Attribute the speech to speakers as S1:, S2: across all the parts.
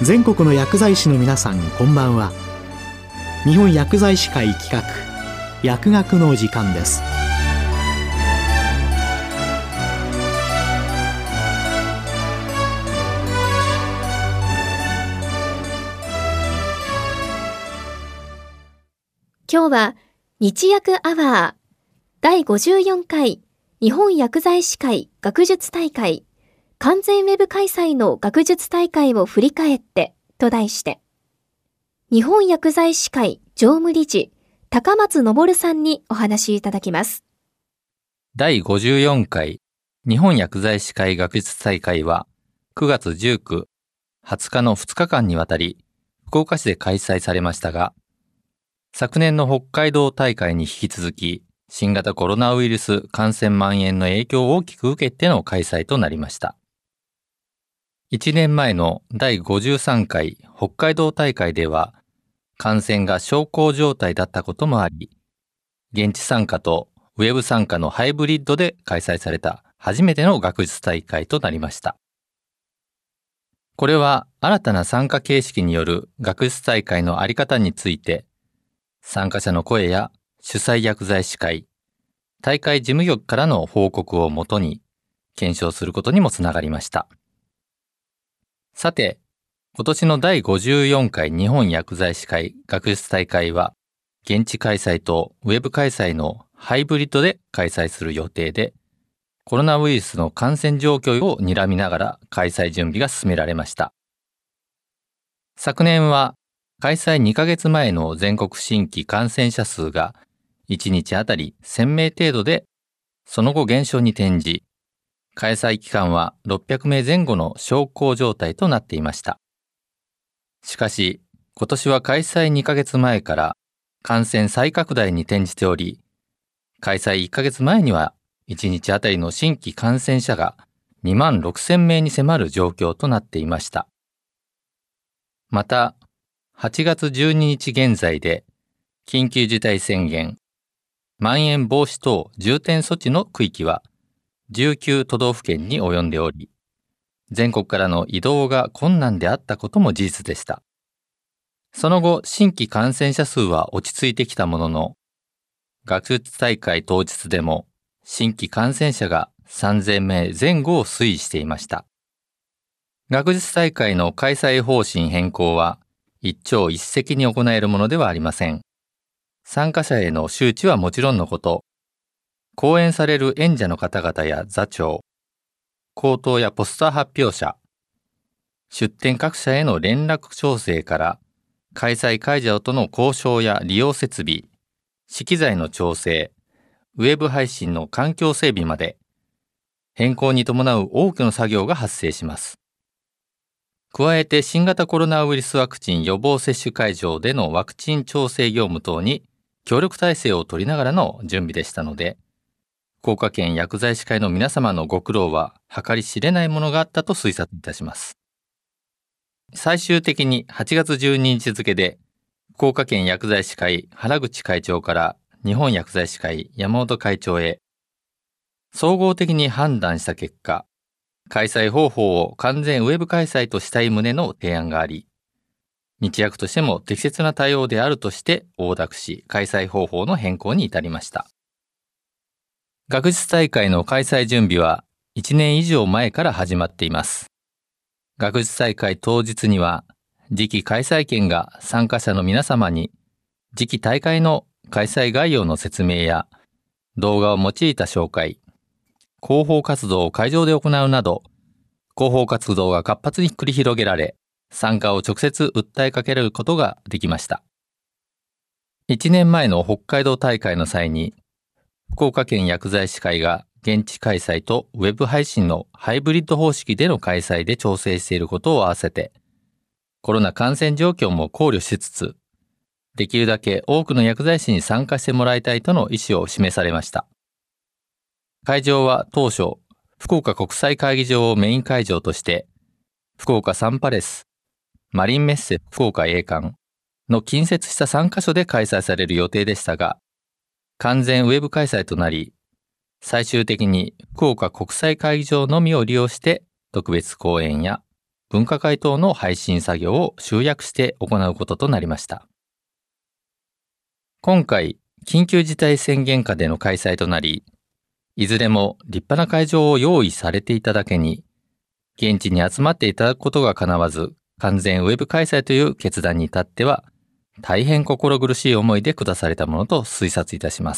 S1: 全国の薬剤師の皆さん、こんばんは。日本薬剤師会企画、薬学の時間です。
S2: 今日は日薬アワー第54回日本薬剤師会学術大会完全ウェブ開催の学術大会を振り返ってと題して、日本薬剤師会常務理事高松昇さんにお話しいただきます。
S3: 第54回日本薬剤師会学術大会は9月19、20日の2日間にわたり福岡市で開催されましたが、昨年の北海道大会に引き続き新型コロナウイルス感染蔓延の影響を大きく受けての開催となりました。1年前の第53回北海道大会では感染が小康状態だったこともあり、現地参加とウェブ参加のハイブリッドで開催された初めての学術大会となりました。これは新たな参加形式による学術大会のあり方について、参加者の声や主催薬剤師会、大会事務局からの報告をもとに検証することにもつながりました。さて、今年の第54回日本薬剤師会学術大会は、現地開催とウェブ開催のハイブリッドで開催する予定で、コロナウイルスの感染状況を睨みながら開催準備が進められました。昨年は開催2ヶ月前の全国新規感染者数が1日あたり1000名程度で、その後減少に転じ、開催期間は600名前後の小康状態となっていました。しかし、今年は開催2ヶ月前から感染再拡大に転じており、開催1ヶ月前には1日あたりの新規感染者が2万6000名に迫る状況となっていました。また、8月12日現在で緊急事態宣言、まん延防止等重点措置の区域は19都道府県に及んでおり、全国からの移動が困難であったことも事実でした。その後、新規感染者数は落ち着いてきたものの、学術大会当日でも新規感染者が3000名前後を推移していました。学術大会の開催方針変更は一朝一夕に行えるものではありません。参加者への周知はもちろんのこと、講演される演者の方々や座長、口頭やポスター発表者、出展各社への連絡調整から開催会場との交渉や利用設備、資機材の調整、ウェブ配信の環境整備まで、変更に伴う多くの作業が発生します。加えて新型コロナウイルスワクチン予防接種会場でのワクチン調整業務等に協力体制を取りながらの準備でしたので、福岡県薬剤師会の皆様のご苦労は計り知れないものがあったと推察いたします。最終的に8月12日付で、福岡県薬剤師会原口会長から日本薬剤師会山本会長へ、総合的に判断した結果、開催方法を完全ウェブ開催としたい旨の提案があり、日薬としても適切な対応であるとして応諾し、開催方法の変更に至りました。学術大会の開催準備は1年以上前から始まっています。学術大会当日には、次期開催県が参加者の皆様に、次期大会の開催概要の説明や、動画を用いた紹介、広報活動を会場で行うなど、広報活動が活発に繰り広げられ、参加を直接訴えかけることができました。1年前の北海道大会の際に、福岡県薬剤師会が現地開催とウェブ配信のハイブリッド方式での開催で調整していることを合わせて、コロナ感染状況も考慮しつつ、できるだけ多くの薬剤師に参加してもらいたいとの意思を示されました。会場は当初、福岡国際会議場をメイン会場として、福岡サンパレス、マリンメッセ福岡栄館の近接した3カ所で開催される予定でしたが、完全ウェブ開催となり、最終的に福岡国際会議場のみを利用して特別講演や分科会等の配信作業を集約して行うこととなりました。今回、緊急事態宣言下での開催となり、いずれも立派な会場を用意されていただけに、現地に集まっていただくことが叶わず、完全ウェブ開催という決断に至っては、大変心苦しい思いで下されたものと推察いたします。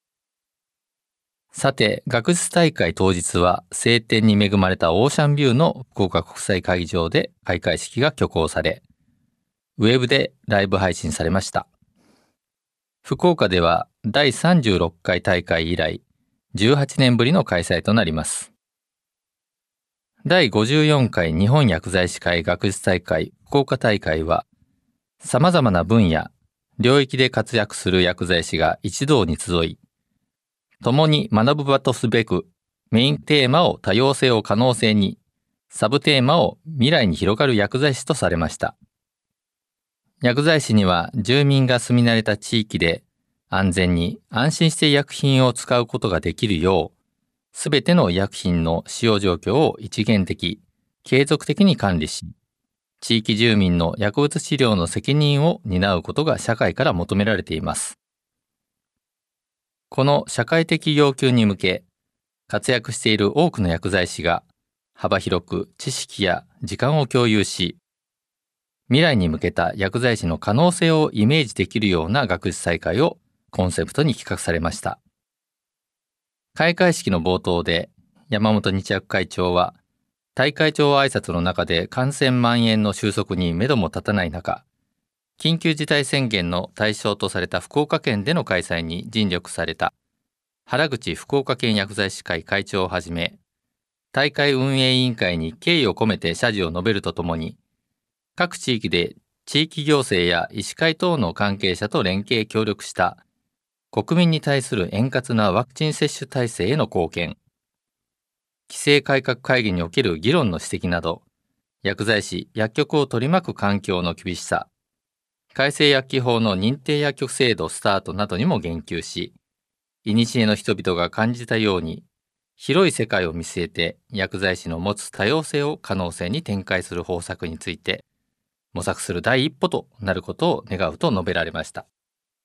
S3: さて、学術大会当日は晴天に恵まれたオーシャンビューの福岡国際会議場で開会式が挙行され、ウェブでライブ配信されました。福岡では第36回大会以来、18年ぶりの開催となります。第54回日本薬剤師会学術大会福岡大会は、様々な分野、領域で活躍する薬剤師が一堂に集い、共に学ぶ場とすべく、メインテーマを多様性を可能性に、サブテーマを未来に広がる薬剤師とされました。薬剤師には住民が住み慣れた地域で安全に安心して薬品を使うことができるよう、すべての医薬品の使用状況を一元的、継続的に管理し、地域住民の薬物治療の責任を担うことが社会から求められています。この社会的要求に向け、活躍している多くの薬剤師が幅広く知識や時間を共有し、未来に向けた薬剤師の可能性をイメージできるような学術大会をコンセプトに企画されました。開会式の冒頭で山本日薬会長は、大会長挨拶の中で感染蔓延の収束に目処も立たない中、緊急事態宣言の対象とされた福岡県での開催に尽力された原口福岡県薬剤師会会長をはじめ、大会運営委員会に敬意を込めて謝辞を述べるとともに、各地域で地域行政や医師会等の関係者と連携協力した国民に対する円滑なワクチン接種体制への貢献、規制改革会議における議論の指摘など、薬剤師・薬局を取り巻く環境の厳しさ、改正薬機法の認定薬局制度スタートなどにも言及し、古の人々が感じたように、広い世界を見据えて薬剤師の持つ多様性を可能性に展開する方策について、模索する第一歩となることを願うと述べられました。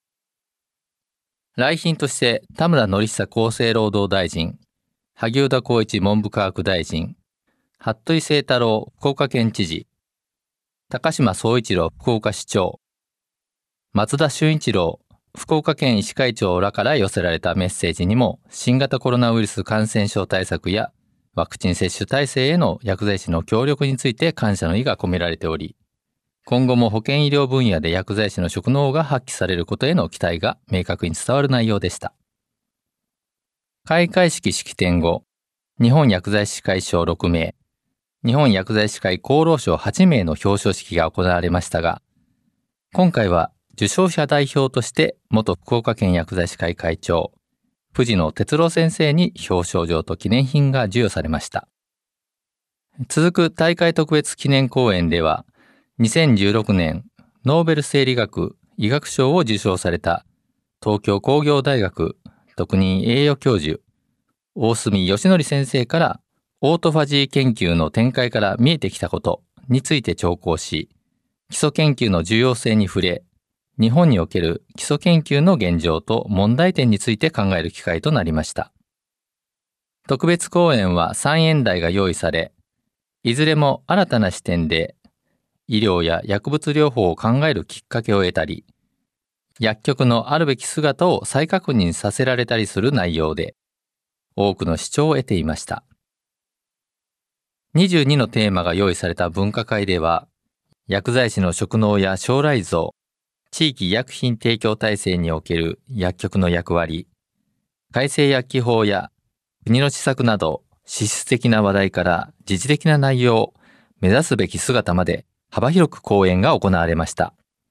S3: 来賓として田村典久厚生労働大臣、萩生田光一文部科学大臣、服部清太郎福岡県知事、高島宗一郎福岡市長、松田俊一郎福岡県医師会長らから寄せられたメッセージにも、新型コロナウイルス感染症対策やワクチン接種体制への薬剤師の協力について感謝の意が込められており、今後も保健医療分野で薬剤師の職能が発揮されることへの期待が明確に伝わる内容でした。開会式式典後、日本薬剤師会賞6名、日本薬剤師会功労賞8名の表彰式が行われましたが、今回は受賞者代表として元福岡県薬剤師会会長、藤野哲郎先生に表彰状と記念品が授与されました。続く大会特別記念講演では、2016年ノーベル生理学・医学賞を受賞された東京工業大学特任栄誉教授、大隅義則先生からオートファジー研究の展開から見えてきたことについて聴講し、基礎研究の重要性に触れ、日本における基礎研究の現状と問題点について考える機会となりました。特別講演は3演題が用意され、いずれも新たな視点で医療や薬物療法を考えるきっかけを得たり、薬局のあるべき姿を再確認させられたりする内容で、多くの視聴を得ていました。22のテーマが用意された分科会では、薬剤師の職能や将来像、地域医薬品提供体制における薬局の役割、改正薬機法や国の施策など、実質的な話題から時事的な内容、目指すべき姿まで幅広く講演が行われました。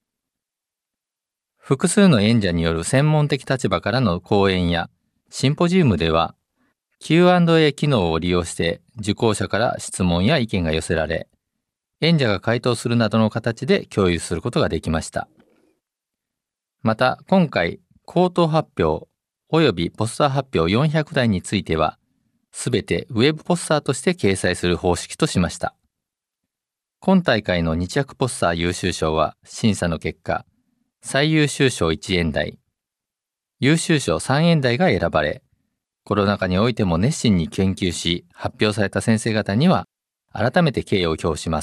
S3: 複数の演者による専門的立場からの講演やシンポジウムでは、Q&A 機能を利用して受講者から質問や意見が寄せられ、演者が回答するなどの形で共有することができました。また、今回、口頭発表及びポスター発表400題については、すべてウェブポスターとして掲載する方式としました。 今大会の日薬ポスター優秀賞は審査の結果、最優秀賞1円台、優秀賞3円台が選ばれ、コロナ禍においても熱心に研究し発表された先生方には改めて敬意を表します。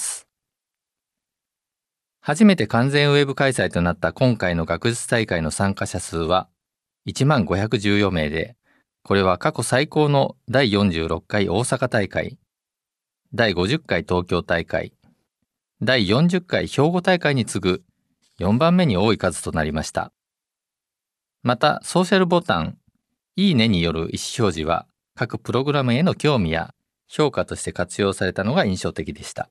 S3: 初めて完全ウェブ開催となった今回の学術大会の参加者数は1514名で、これは過去最高の第46回大阪大会、第50回東京大会、第40回兵庫大会に次ぐ4番目に多い数となりました。また、ソーシャルボタン、いいねによる意思表示は各プログラムへの興味や評価として活用されたのが印象的でした。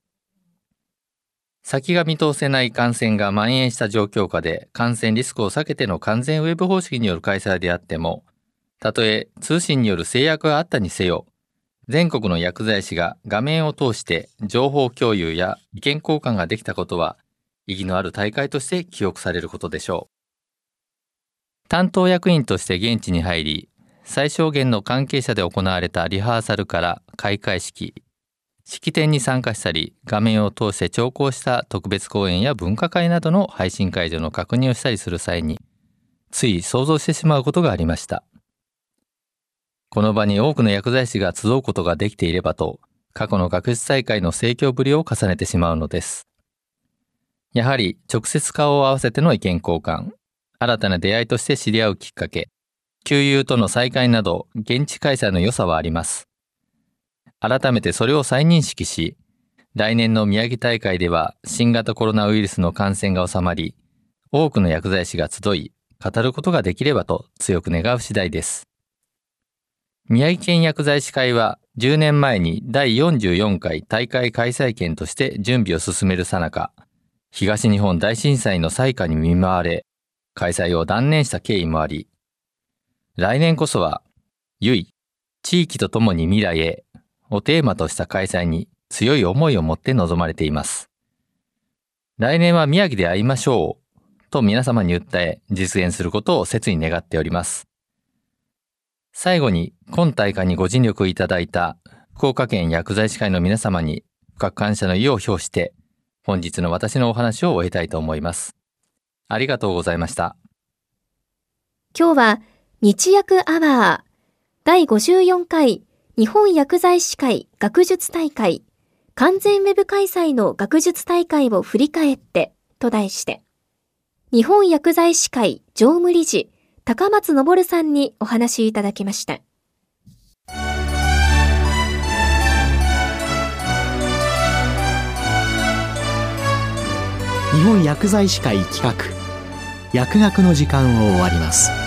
S3: 先が見通せない感染が蔓延した状況下で感染リスクを避けての完全ウェブ方式による開催であっても、たとえ通信による制約があったにせよ、全国の薬剤師が画面を通して情報共有や意見交換ができたことは意義のある大会として記憶されることでしょう。担当役員として現地に入り、最小限の関係者で行われたリハーサルから開会式、式典に参加したり、画面を通して聴講した特別講演や分科会などの配信会場の確認をしたりする際に、つい想像してしまうことがありました。この場に多くの薬剤師が集うことができていればと、過去の学術大会の盛況ぶりを重ねてしまうのです。やはり直接顔を合わせての意見交換、新たな出会いとして知り合うきっかけ、旧友との再会など現地開催の良さはあります。改めてそれを再認識し、来年の宮城大会では新型コロナウイルスの感染が収まり、多くの薬剤師が集い、語ることができればと強く願う次第です。宮城県薬剤師会は10年前に第44回大会開催県として準備を進める最中、東日本大震災の災禍に見舞われ、開催を断念した経緯もあり、来年こそは、地域とともに未来へをテーマとした開催に強い思いを持って臨まれています。来年は宮城で会いましょうと皆様に訴え実現することを切に願っております。最後に今大会にご尽力いただいた福岡県薬剤師会の皆様に深く感謝の意を表して本日の私のお話を終えたいと思います。ありがとうございました。
S2: 今日は日薬アワー第54回日本薬剤師会学術大会完全ウェブ開催の学術大会を振り返ってと題して、日本薬剤師会常務理事高松昇さんにお話しいただきました。
S1: 日本薬剤師会企画薬学の時間を終わります。